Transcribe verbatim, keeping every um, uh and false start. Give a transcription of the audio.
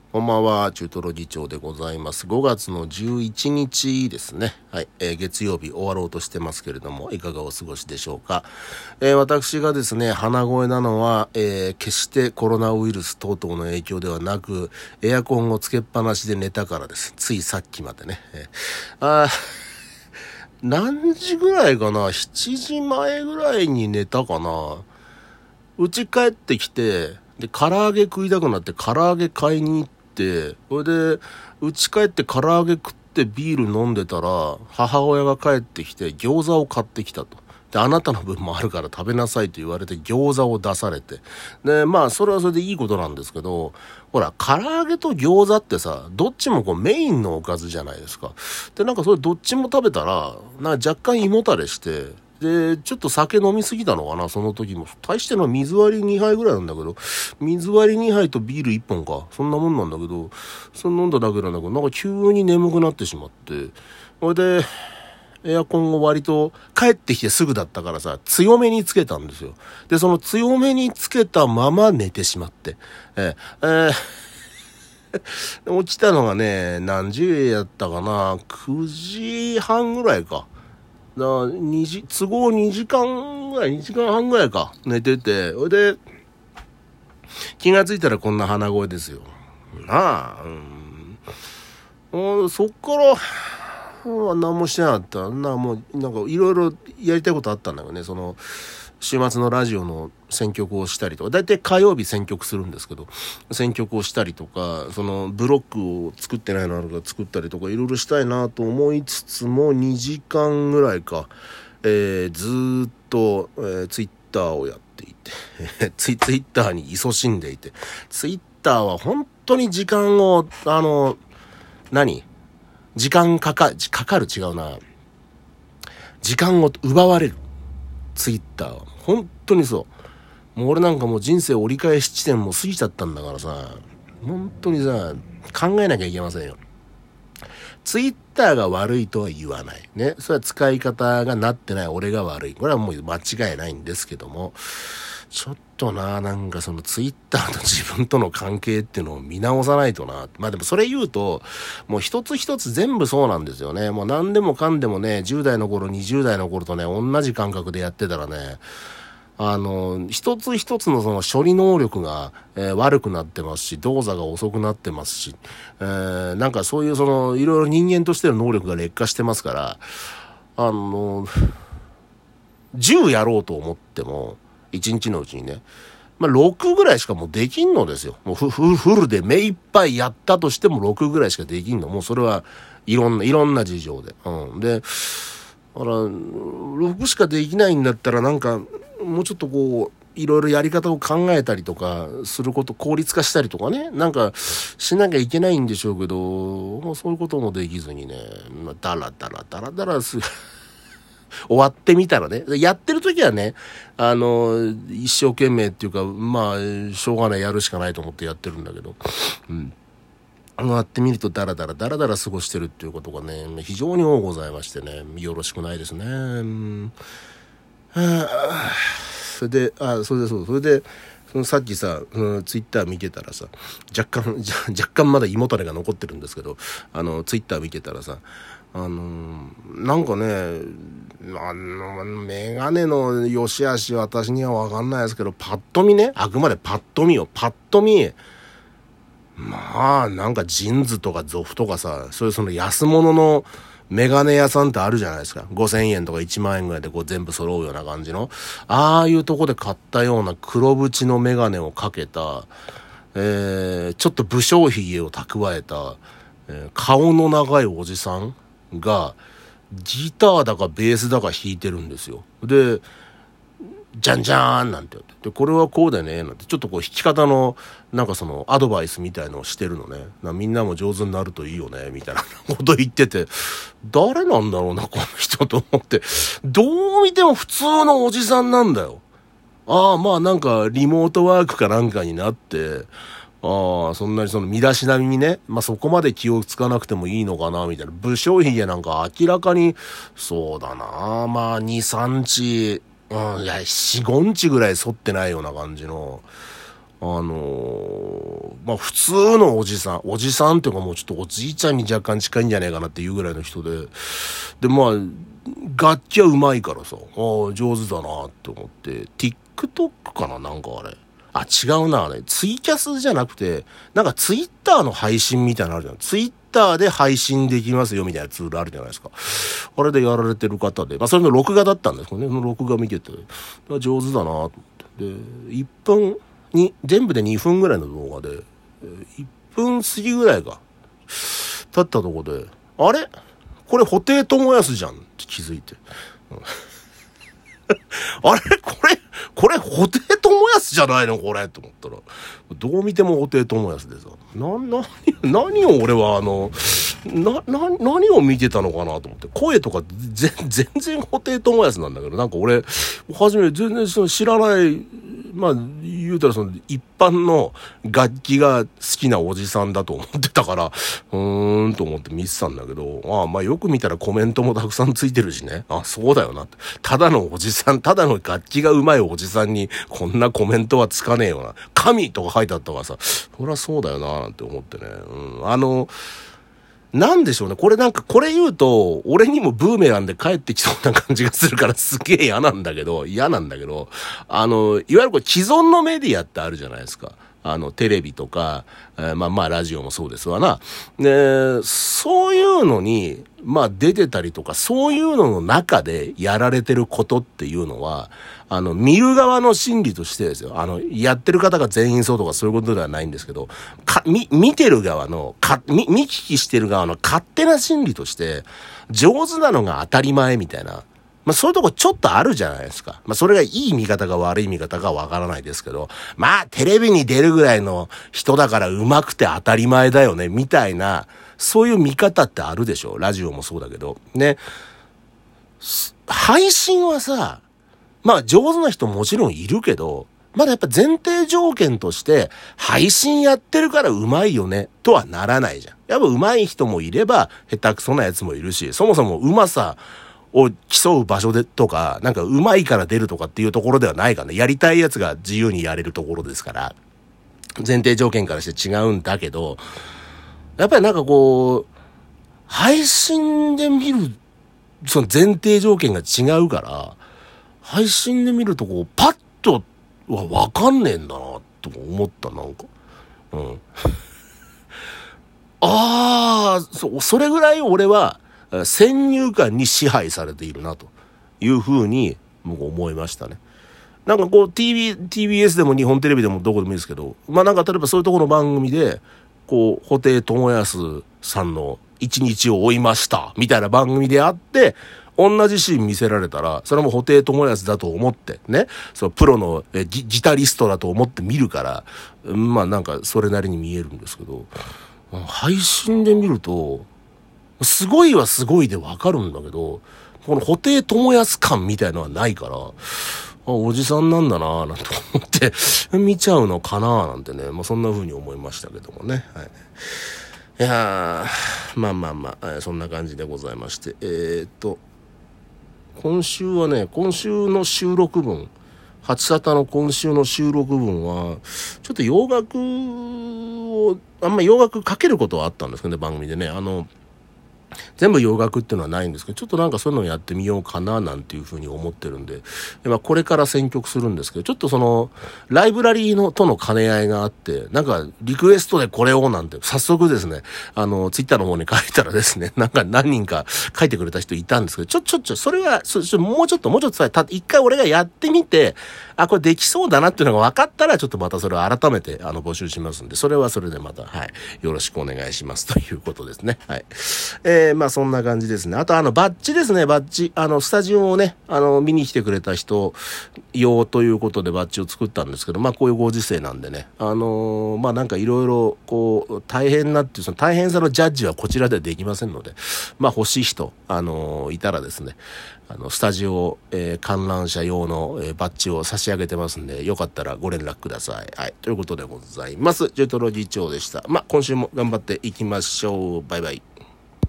こんばんは、中トロ議長でございます。ごがつのじゅういちにちですね。はい、えー、月曜日終わろうとしてますけれども、いかがお過ごしでしょうか。えー、私がですね、鼻声なのは、えー、決してコロナウイルス等々の影響ではなく、エアコンをつけっぱなしで寝たからです。ついさっきまでね。えー、あ何時ぐらいかな ?しち 時前ぐらいに寝たかな。家帰ってきて、で、唐揚げ食いたくなって唐揚げ買いに行って、それで、家帰って唐揚げ食ってビール飲んでたら、母親が帰ってきて餃子を買ってきたと。で、あなたの分もあるから食べなさいと言われて餃子を出されて。で、まあ、それはそれでいいことなんですけど、ほら、唐揚げと餃子ってさ、どっちもこうメインのおかずじゃないですか。で、なんかそれどっちも食べたら、なんか若干胃もたれして、で、ちょっと酒飲みすぎたのかな、その時も。大しての水割りにはいぐらいなんだけど、水割りにはいとビールいっぽんか。そんなもんなんだけど、その飲んだだけなんだけど、なんか急に眠くなってしまって。それで、エアコンを割と帰ってきてすぐだったからさ、強めにつけたんですよ。で、その強めにつけたまま寝てしまって。えー、えー、落ちたのがね、何時やったかな、くじはんぐらいか。だ2時、都合にじかんぐらい、にじかんはんぐらいか、寝てて、それで、気がついたらこんな鼻声ですよ。なあ、うん、そっから、何もしてなかった。なもう、なんかいろいろやりたいことあったんだよね。その、週末のラジオの選曲をしたりとか、だいたい火曜日選曲するんですけど、選曲をしたりとか、そのブロックを作ってないのあるから作ったりとか、いろいろしたいなと思いつつも、にじかんぐらいか、えー、ずーっと、えー、ツイッターをやっていて、ツイ、ツイッターに勤しんでいて、ツイッターは本当に時間を、あの、何時間かか、かかる違うな。時間を奪われる。ツイッターは。本当にそう。もう俺なんかもう人生折り返し地点も過ぎちゃったんだからさ、本当にさ、考えなきゃいけませんよ。ツイッターが悪いとは言わない。ね。それは使い方がなってない俺が悪い。これはもう間違いないんですけども、ちょっとな、なんかそのツイッターと自分との関係っていうのを見直さないとな。まあでもそれ言うと、もう一つ一つ全部そうなんですよね。もう何でもかんでもね、じゅう代の頃、にじゅう代の頃とね、同じ感覚でやってたらね、あの、一つ一つのその処理能力が、えー、悪くなってますし、動作が遅くなってますし、えー、なんかそういうその、いろいろ人間としての能力が劣化してますから、あの、じゅうやろうと思っても、いちにちのうちにね、まあ、ろくぐらいしかもうできんのですよ。もうフフルで目いっぱいやったとしてもろくぐらいしかできんの。もうそれはいろんな、いろんな事情で。うん。で、だから、ろくしかできないんだったらなんか、もうちょっとこう、いろいろやり方を考えたりとかすること、効率化したりとかね、なんかしなきゃいけないんでしょうけど、まあ、そういうこともできずにね、まあ、だらだらだらだらす、終わってみたらね、やってる時はね、あの、一生懸命っていうか、まあ、しょうがないやるしかないと思ってやってるんだけど、うん。やってみるとダラダラダラダラ過ごしてるっていうことがね、非常に多ございましてね、よろしくないですね。うん、はあ、それで、あ、それでそう、それで、そのさっきさ、うん、ツイッター見てたらさ、若干、若干まだ胃もたれが残ってるんですけど、あの、ツイッター見てたらさ、あのー、なんかね、あの、メガネの良し悪しは私にはわかんないですけど、パッと見ね、あくまでパッと見よ、パッと見、まあ、なんかジンズとかゾフとかさ、そういうその安物のメガネ屋さんってあるじゃないですか。ごせんえんとかいちまんえんぐらいでこう全部揃うような感じの。ああいうとこで買ったような黒縁のメガネをかけた、えー、ちょっと武将髭を蓄えた、えー、顔の長いおじさんが、ギターだかベースだか弾いてるんですよ。で、じゃんじゃーんなんて言って。で、これはこうだね、なんて、ちょっとこう弾き方の、なんかそのアドバイスみたいのをしてるのね。なみんなも上手になるといいよね、みたいなこと言ってて、誰なんだろうな、この人と思って。どう見ても普通のおじさんなんだよ。ああ、まあなんかリモートワークかなんかになって、ああ、そんなにその身だしなみにね、まあそこまで気をつかなくてもいいのかな、みたいな。武将髭なんか明らかに、そうだな、まあに、さんち、うん、いや、よん、ごんちぐらい剃ってないような感じの、あのまあ普通のおじさん、おじさんっていうかもうちょっとおじいちゃんに若干近いんじゃないかなっていうぐらいの人で、で、まあ、楽器は上手いからさ、ああ、上手だなって思って、TikTok かななんかあれ。あ、違うな、あれ。ツイキャスじゃなくて、なんかツイッターの配信みたいなのあるじゃん。ツイッターで配信できますよみたいなツールあるじゃないですか。あれでやられてる方で、まあそれの録画だったんですけどね、その録画見てて、上手だなと思って。で、いっぷんに、全部でにふんぐらいの動画で、いっぷん過ぎぐらいが経ったとこで、あれこれ布袋寅泰じゃんって気づいて。うんあれこれ、これ、布袋寅泰じゃないのこれと思ったら、どう見ても布袋寅泰でさ、な、な、何を俺はあの、な、な、何を見てたのかなと思って、声とか全全然布袋寅泰なんだけど、なんか俺、はじめ全然その知らない、まあ、言うたらその一般の楽器が好きなおじさんだと思ってたから、うーんと思って見てたんだけど、ああ、まあよく見たらコメントもたくさんついてるしね。あ、そうだよな。ただのおじさん、ただの楽器が上手いおじさんにこんなコメントはつかねえよな。神とか書いてあったからさ、そりゃそうだよななんて思ってね。うん、あの、なんでしょうね。これなんか、これ言うと、俺にもブーメランで帰ってきそうな感じがするからすげえ嫌なんだけど、嫌なんだけど、あの、いわゆるこれ既存のメディアってあるじゃないですか。あの、テレビとか、えー、まあまあラジオもそうですわな。で、そういうのに、まあ出てたりとか、そういうのの中でやられてることっていうのは、あの、見る側の心理としてですよ。あの、やってる方が全員そうとかそういうことではないんですけど、か、み、見てる側の、か、み、見聞きしてる側の勝手な心理として、上手なのが当たり前みたいな。まあそういうとこちょっとあるじゃないですか。まあそれがいい見方か悪い見方かわからないですけど、まあテレビに出るぐらいの人だから上手くて当たり前だよね、みたいな、そういう見方ってあるでしょ。ラジオもそうだけど。ね。配信はさ、まあ上手な人もちろんいるけど、まだやっぱ前提条件として、配信やってるから上手いよね、とはならないじゃん。やっぱ上手い人もいれば、下手くそなやつもいるし、そもそも上手さを競う場所でとか、なんか上手いから出るとかっていうところではないからね。やりたいやつが自由にやれるところですから、前提条件からして違うんだけど、やっぱりなんかこう、配信で見る、その前提条件が違うから、配信で見るとこう、パッとはわかんねえんだな、と思った、なんか。うん。ああ、そ、それぐらい俺は、先入観に支配されているな、というふうに、僕思いましたね。なんかこう、ティービー、ティービーエス でも日本テレビでもどこでもいいですけど、まあなんか例えばそういうところの番組で、こう、布袋寅泰さんの一日を追いました、みたいな番組であって、同じシーン見せられたら、それも布袋寅泰だと思って、ね、そのプロのえギ、ギタリストだと思って見るから、まあなんかそれなりに見えるんですけど、配信で見ると、すごいはすごいでわかるんだけど、この布袋寅泰感みたいのはないから、あ、おじさんなんだなぁなんて思って見ちゃうのかなぁなんてね、まあそんな風に思いましたけどもね。はい。いやー、まあまあまあ、そんな感じでございまして、えー、っと、今週はね、今週の収録分、八沙汰の今週の収録分は、ちょっと洋楽を、あんま洋楽かけることはあったんですけどね、番組でね。あの、全部洋楽っていうのはないんですけど、ちょっとなんかそういうのをやってみようかななんていうふうに思ってるんで、まあこれから選曲するんですけど、ちょっとその、ライブラリーのとの兼ね合いがあって、なんかリクエストでこれをなんて、早速ですね、あの、ツイッターの方に書いたらですね、なんか何人か書いてくれた人いたんですけど、ちょ、ちょ、ちょ、それは、そ、そもうちょっと、もうちょっとさ、た、一回俺がやってみて、あ、これできそうだなっていうのが分かったら、ちょっとまたそれを改めて、あの、募集しますんで、それはそれでまた、はい、よろしくお願いしますということですね。はい。えー、まあそんな感じですね。あとあの、バッジですね、バッジ。あの、スタジオをね、あの、見に来てくれた人用ということでバッジを作ったんですけど、まあこういうご時世なんでね、あのー、まあなんかいろいろ、こう、大変なっていう、その大変さのジャッジはこちらではできませんので、まあ欲しい人、あのー、いたらですね、あの、スタジオ、えー、観覧車用の、えー、バッジを差し上げてますんで、よかったらご連絡ください。はい。ということでございます。ジェトロ議長でした。まあ、今週も頑張っていきましょう。バイバイ。